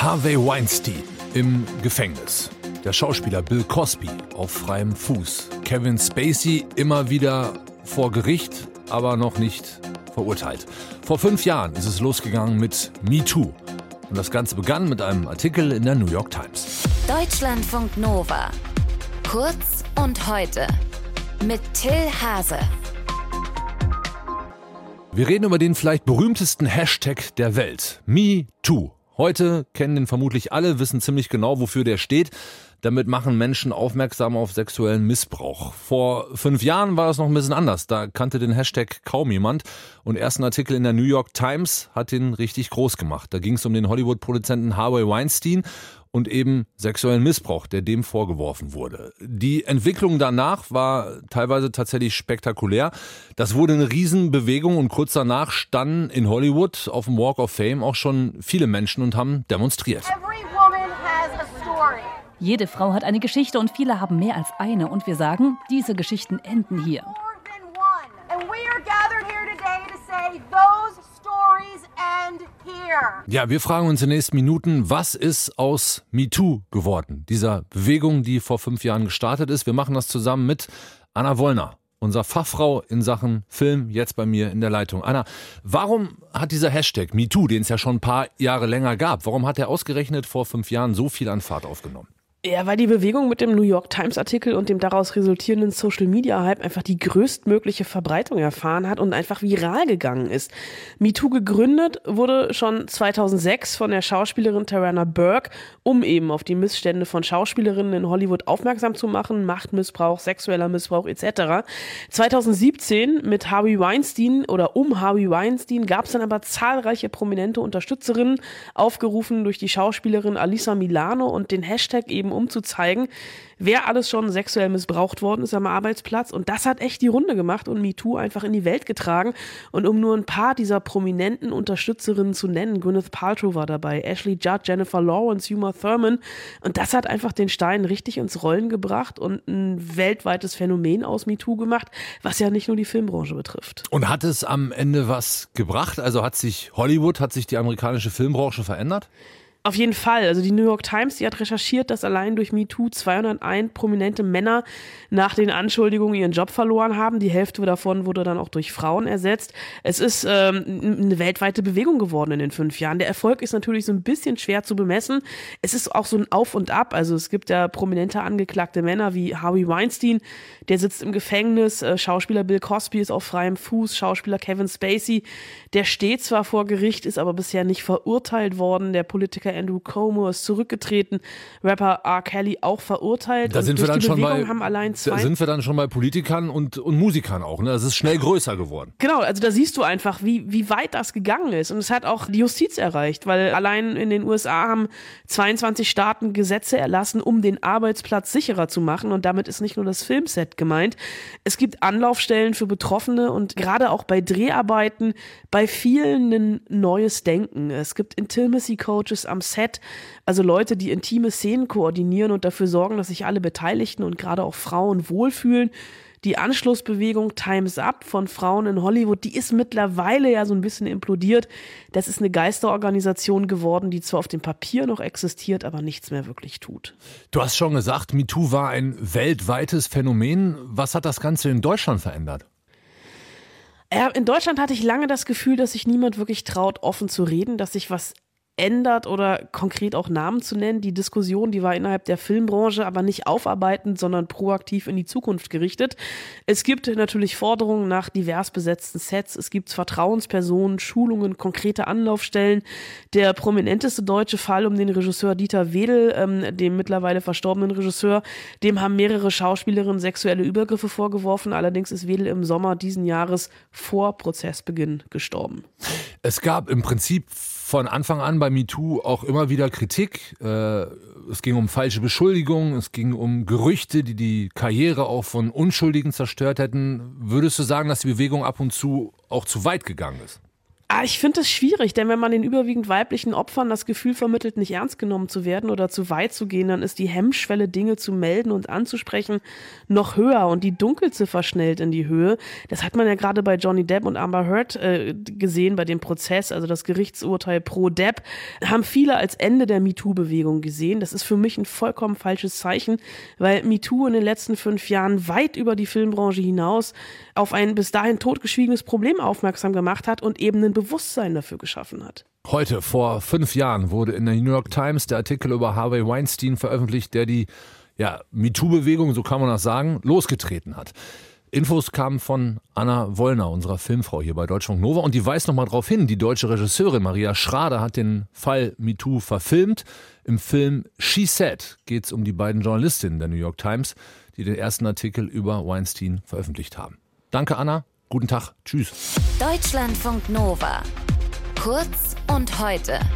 Harvey Weinstein im Gefängnis. Der Schauspieler Bill Cosby auf freiem Fuß. Kevin Spacey immer wieder vor Gericht, aber noch nicht verurteilt. Vor 5 Jahren ist es losgegangen mit MeToo. Und das Ganze begann mit einem Artikel in der New York Times. Deutschlandfunk Nova. Kurz und heute. Mit Till Hase. Wir reden über den vielleicht berühmtesten Hashtag der Welt. MeToo. Heute kennen den vermutlich alle, wissen ziemlich genau, wofür der steht. Damit machen Menschen aufmerksam auf sexuellen Missbrauch. Vor 5 Jahren war es noch ein bisschen anders. Da kannte den Hashtag kaum jemand. Und erst ein Artikel in der New York Times hat ihn richtig groß gemacht. Da ging es um den Hollywood-Produzenten Harvey Weinstein und eben sexuellen Missbrauch, der dem vorgeworfen wurde. Die Entwicklung danach war teilweise tatsächlich spektakulär. Das wurde eine Riesenbewegung und kurz danach standen in Hollywood auf dem Walk of Fame auch schon viele Menschen und haben demonstriert. Jede Frau hat eine Geschichte und viele haben mehr als eine. Und wir sagen, diese Geschichten enden hier. Ja, wir fragen uns in den nächsten Minuten, was ist aus MeToo geworden? Dieser Bewegung, die vor 5 Jahren gestartet ist. Wir machen das zusammen mit Anna Wollner, unserer Fachfrau in Sachen Film, jetzt bei mir in der Leitung. Anna, warum hat dieser Hashtag MeToo, den es ja schon ein paar Jahre länger gab, warum hat er ausgerechnet vor 5 Jahren so viel an Fahrt aufgenommen? Ja, weil die Bewegung mit dem New York Times Artikel und dem daraus resultierenden Social Media Hype einfach die größtmögliche Verbreitung erfahren hat und einfach viral gegangen ist. MeToo gegründet wurde schon 2006 von der Schauspielerin Tarana Burke, um eben auf die Missstände von Schauspielerinnen in Hollywood aufmerksam zu machen, Machtmissbrauch, sexueller Missbrauch etc. 2017 mit Harvey Weinstein oder um Harvey Weinstein gab es dann aber zahlreiche prominente Unterstützerinnen, aufgerufen durch die Schauspielerin Alyssa Milano und den Hashtag eben um zu zeigen, wer alles schon sexuell missbraucht worden ist am Arbeitsplatz. Und das hat echt die Runde gemacht und MeToo einfach in die Welt getragen. Und um nur ein paar dieser prominenten Unterstützerinnen zu nennen, Gwyneth Paltrow war dabei, Ashley Judd, Jennifer Lawrence, Uma Thurman. Und das hat einfach den Stein richtig ins Rollen gebracht und ein weltweites Phänomen aus MeToo gemacht, was ja nicht nur die Filmbranche betrifft. Und hat es am Ende was gebracht? Also hat sich die amerikanische Filmbranche verändert? Auf jeden Fall. Also die New York Times, die hat recherchiert, dass allein durch MeToo 201 prominente Männer nach den Anschuldigungen ihren Job verloren haben. Die Hälfte davon wurde dann auch durch Frauen ersetzt. Es ist eine weltweite Bewegung geworden in den 5 Jahren. Der Erfolg ist natürlich so ein bisschen schwer zu bemessen. Es ist auch so ein Auf und Ab. Also es gibt ja prominente angeklagte Männer wie Harvey Weinstein, der sitzt im Gefängnis. Schauspieler Bill Cosby ist auf freiem Fuß. Schauspieler Kevin Spacey, der steht zwar vor Gericht, ist aber bisher nicht verurteilt worden. Der Politiker Andrew Cuomo ist zurückgetreten, Rapper R. Kelly auch verurteilt. Da sind wir dann schon bei Politikern und Musikern auch. Ne? Das ist schnell größer geworden. Genau, also da siehst du einfach, wie weit das gegangen ist. Und es hat auch die Justiz erreicht, weil allein in den USA haben 22 Staaten Gesetze erlassen, um den Arbeitsplatz sicherer zu machen. Und damit ist nicht nur das Filmset gemeint. Es gibt Anlaufstellen für Betroffene und gerade auch bei Dreharbeiten bei vielen ein neues Denken. Es gibt Intimacy-Coaches am Set, also Leute, die intime Szenen koordinieren und dafür sorgen, dass sich alle Beteiligten und gerade auch Frauen wohlfühlen. Die Anschlussbewegung Time's Up von Frauen in Hollywood, die ist mittlerweile ja so ein bisschen implodiert. Das ist eine Geisterorganisation geworden, die zwar auf dem Papier noch existiert, aber nichts mehr wirklich tut. Du hast schon gesagt, MeToo war ein weltweites Phänomen. Was hat das Ganze in Deutschland verändert? Ja, in Deutschland hatte ich lange das Gefühl, dass sich niemand wirklich traut, offen zu reden, dass sich was ändert oder konkret auch Namen zu nennen. Die Diskussion, die war innerhalb der Filmbranche aber nicht aufarbeitend, sondern proaktiv in die Zukunft gerichtet. Es gibt natürlich Forderungen nach divers besetzten Sets, es gibt Vertrauenspersonen, Schulungen, konkrete Anlaufstellen. Der prominenteste deutsche Fall um den Regisseur Dieter Wedel, dem mittlerweile verstorbenen Regisseur, dem haben mehrere Schauspielerinnen sexuelle Übergriffe vorgeworfen. Allerdings ist Wedel im Sommer diesen Jahres vor Prozessbeginn gestorben. Es gab im Prinzip von Anfang an bei MeToo auch immer wieder Kritik. Es ging um falsche Beschuldigungen, es ging um Gerüchte, die die Karriere auch von Unschuldigen zerstört hätten. Würdest du sagen, dass die Bewegung ab und zu auch zu weit gegangen ist? Ich finde es schwierig, denn wenn man den überwiegend weiblichen Opfern das Gefühl vermittelt, nicht ernst genommen zu werden oder zu weit zu gehen, dann ist die Hemmschwelle, Dinge zu melden und anzusprechen, noch höher und die Dunkelziffer schnellt in die Höhe. Das hat man ja gerade bei Johnny Depp und Amber Heard gesehen bei dem Prozess, also das Gerichtsurteil pro Depp, haben viele als Ende der MeToo-Bewegung gesehen. Das ist für mich ein vollkommen falsches Zeichen, weil MeToo in den letzten 5 Jahren weit über die Filmbranche hinaus auf ein bis dahin totgeschwiegenes Problem aufmerksam gemacht hat und eben ein Bewusstsein dafür geschaffen hat. Heute, vor 5 Jahren, wurde in der New York Times der Artikel über Harvey Weinstein veröffentlicht, der die MeToo-Bewegung, so kann man das sagen, losgetreten hat. Infos kamen von Anna Wollner, unserer Filmfrau hier bei Deutschlandfunk Nova, und die weist nochmal darauf hin, die deutsche Regisseurin Maria Schrader hat den Fall MeToo verfilmt. Im Film She Said geht es um die beiden Journalistinnen der New York Times, die den ersten Artikel über Weinstein veröffentlicht haben. Danke, Anna. Guten Tag. Tschüss. Deutschlandfunk Nova. Kurz und heute.